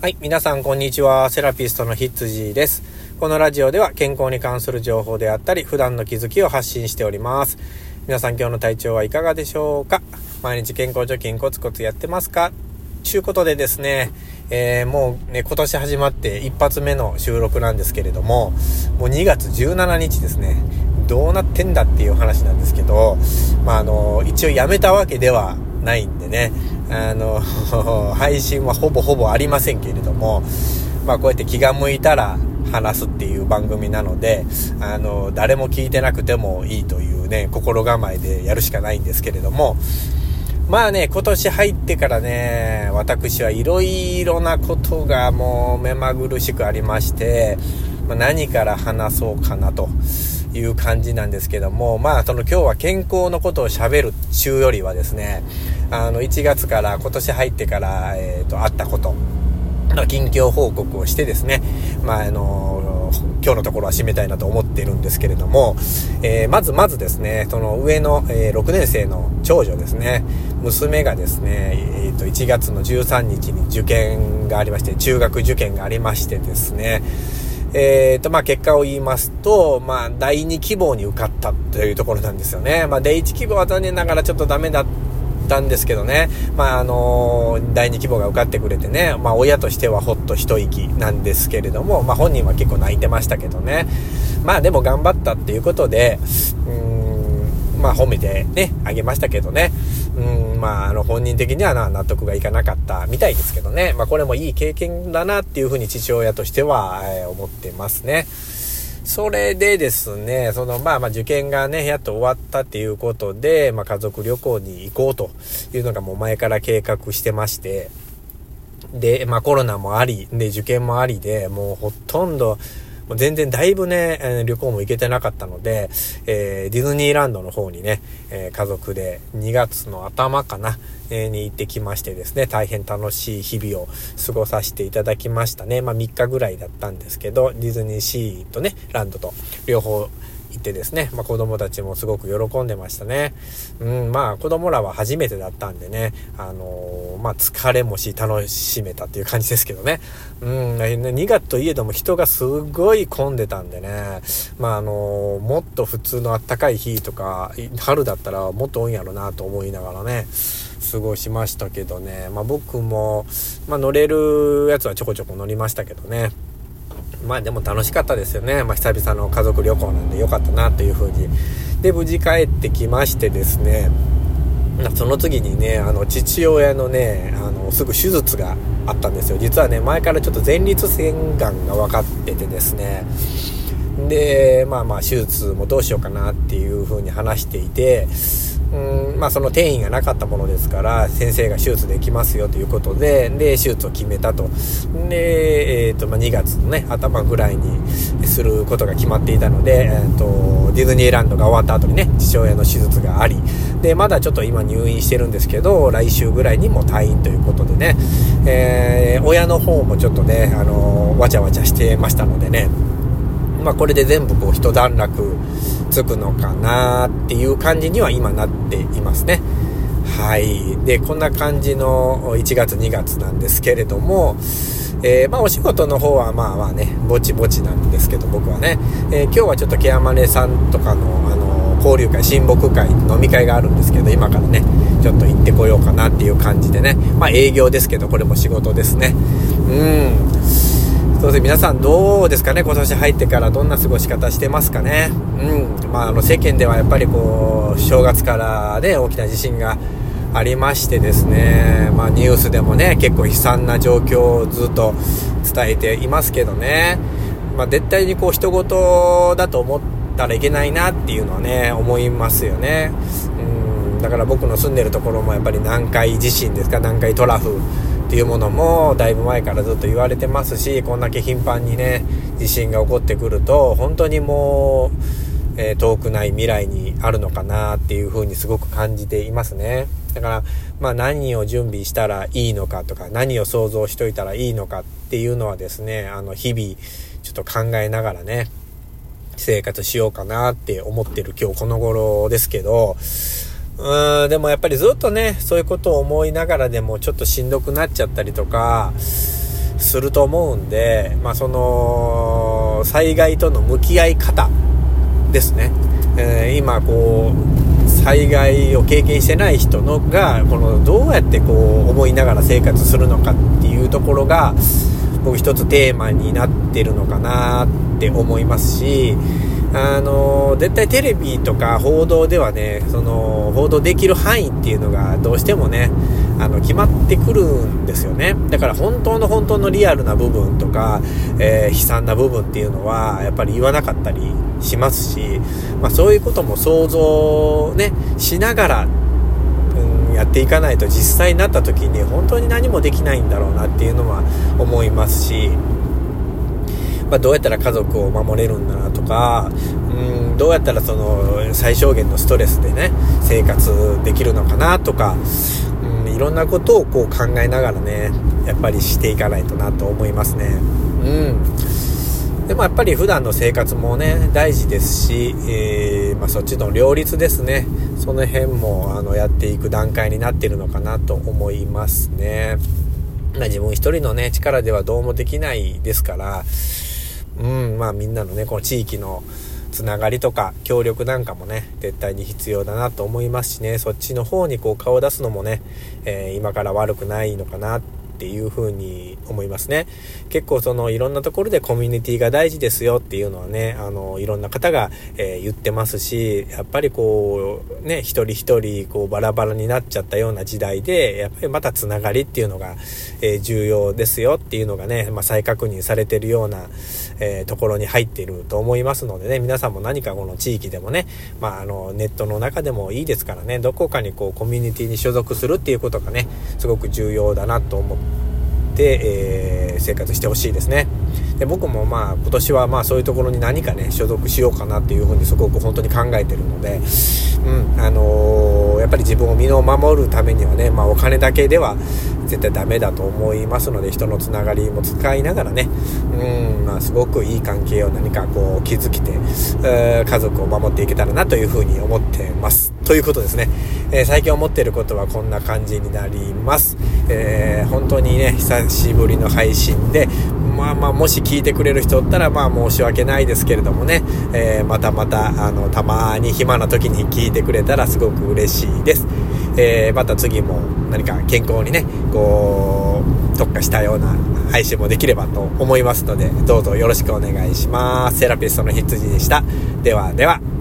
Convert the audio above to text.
はい、皆さんこんにちは。セラピストのひつじです。このラジオでは健康に関する情報であったり普段の気づきを発信しております。皆さん今日の体調はいかがでしょうか。毎日健康貯金コツコツやってますかということでですね、もうね今年始まって一発目の収録なんですけれども、もう2月17日ですね。どうなってんだっていう話なんですけど、一応やめたわけではないんでね、配信はほぼありませんけれども、こうやって気が向いたら話すっていう番組なので、誰も聞いてなくてもいいというね心構えでやるしかないんですけれども、今年入ってからね、私はいろいろなことがもう目まぐるしくありまして、何から話そうかなという感じなんですけども、今日は健康のことを喋る週よりはですね、1月から今年入ってからあったことの近況報告をしてですね、今日のところは締めたいなと思っているんですけれども、まずですね、その上の、6年生の長女ですね、娘がですね、1月の13日に受験がありまして、中学受験がありましてですね、結果を言いますと、第2希望に受かったというところなんですよね。第1希望は残念ながらちょっとダメだったんですけどね、第2希望が受かってくれてね、親としてはほっと一息なんですけれども、本人は結構泣いてましたけどね。でも頑張ったっていうことで、褒めてねあげましたけどね、本人的には納得がいかなかったみたいですけどね、これもいい経験だなっていうふうに父親としては、思ってますね。それでですね、受験がねやっと終わったっていうことで、家族旅行に行こうというのがもう前から計画してまして、でコロナもありで受験もありで、もうほとんど全然だいぶね、旅行も行けてなかったので、ディズニーランドの方にね、家族で2月の頭かな、に行ってきましてですね、大変楽しい日々を過ごさせていただきましたね。3日ぐらいだったんですけど、ディズニーシーとねランドと両方行ってですね、子供たちもすごく喜んでましたね。子供らは初めてだったんでね、疲れもし楽しめたっていう感じですけどね。2月といえども人がすごい混んでたんでね、もっと普通の暖かい日とか春だったらもっと多いんやろなと思いながらね過ごしましたけどね。僕も、乗れるやつはちょこちょこ乗りましたけどね。でも楽しかったですよね。久々の家族旅行なんで良かったなというふうに。で無事帰ってきましてですね、その次にね父親のねすぐ手術があったんですよ。実はね前からちょっと前立腺がんが分かっててですね、で手術もどうしようかなっていうふうに話していて、その転移がなかったものですから先生が手術できますよということで手術を決めたと。で、2月のね頭ぐらいにすることが決まっていたので、ディズニーランドが終わった後にね父親の手術があり、でまだちょっと今入院してるんですけど、来週ぐらいにも退院ということでね、親の方もちょっとねわちゃわちゃしてましたのでね、これで全部一段落つくのかなっていう感じには今なっていますね。はい。でこんな感じの1月2月なんですけれども、お仕事の方はぼちぼちなんですけど、僕はね、今日はちょっとケアマネさんとかの交流会親睦会飲み会があるんですけど、今からねちょっと行ってこようかなっていう感じでね、営業ですけどこれも仕事ですね。そうです。皆さんどうですかね。今年入ってからどんな過ごし方してますかね。世間ではやっぱり正月からね大きな地震がありましてですね、ニュースでもね結構悲惨な状況をずっと伝えていますけどね、絶対に人事だと思ったらいけないなっていうのはね思いますよね。だから僕の住んでるところもやっぱり南海地震ですか、南海トラフっていうものもだいぶ前からずっと言われてますし、こんだけ頻繁にね地震が起こってくると本当にもう、遠くない未来にあるのかなっていうふうにすごく感じていますね。だから何を準備したらいいのかとか何を想像しといたらいいのかっていうのはですね、日々ちょっと考えながらね生活しようかなって思ってる今日この頃ですけど、でもやっぱりずっとねそういうことを思いながらでもちょっとしんどくなっちゃったりとか、 すると思うんで、その災害との向き合い方ですね。今災害を経験してない人のがどうやって思いながら生活するのかっていうところが僕一つテーマになってるのかなって思いますし、絶対テレビとか報道ではね、報道できる範囲っていうのがどうしてもね決まってくるんですよね。だから本当のリアルな部分とか、悲惨な部分っていうのはやっぱり言わなかったりしますし、そういうことも想像ねしながら、やっていかないと実際になった時に本当に何もできないんだろうなっていうのは思いますし、どうやったら家族を守れるんだなとか、どうやったら最小限のストレスでね生活できるのかなとか、いろんなことを考えながらねやっぱりしていかないとなと思いますね。でもやっぱり普段の生活もね大事ですし、そっちの両立ですね、その辺もやっていく段階になっているのかなと思いますね。自分一人のね力ではどうもできないですから、みんなのねこの地域のつながりとか協力なんかもね絶対に必要だなと思いますしね、そっちの方に顔を出すのもね、今から悪くないのかなっていう風に思いますね。結構いろんなところでコミュニティが大事ですよっていうのはねいろんな方が、言ってますし、やっぱり一人一人バラバラになっちゃったような時代でやっぱりまたつながりっていうのが、重要ですよっていうのがね、再確認されているような、ところに入っていると思いますのでね、皆さんも何かこの地域でもね、ネットの中でもいいですからね、どこかにコミュニティに所属するっていうことがねすごく重要だなと思って、生活してほしいですね。で僕も今年はそういうところに何かね所属しようかなっていうふうにすごく本当に考えてるので、やっぱり自分を身を守るためにはね、お金だけでは絶対ダメだと思いますので、人のつながりも使いながらね、すごくいい関係を何か築きて、家族を守っていけたらなというふうに思ってますということですね。最近思っていることはこんな感じになります。本当にね久しぶりの配信でもし聞いてくれる人だったら申し訳ないですけれどもね、またたまに暇な時に聞いてくれたらすごく嬉しいです。また次も何か健康にね特化したような配信もできればと思いますので、どうぞよろしくお願いします。セラピストの羊でした。ではでは。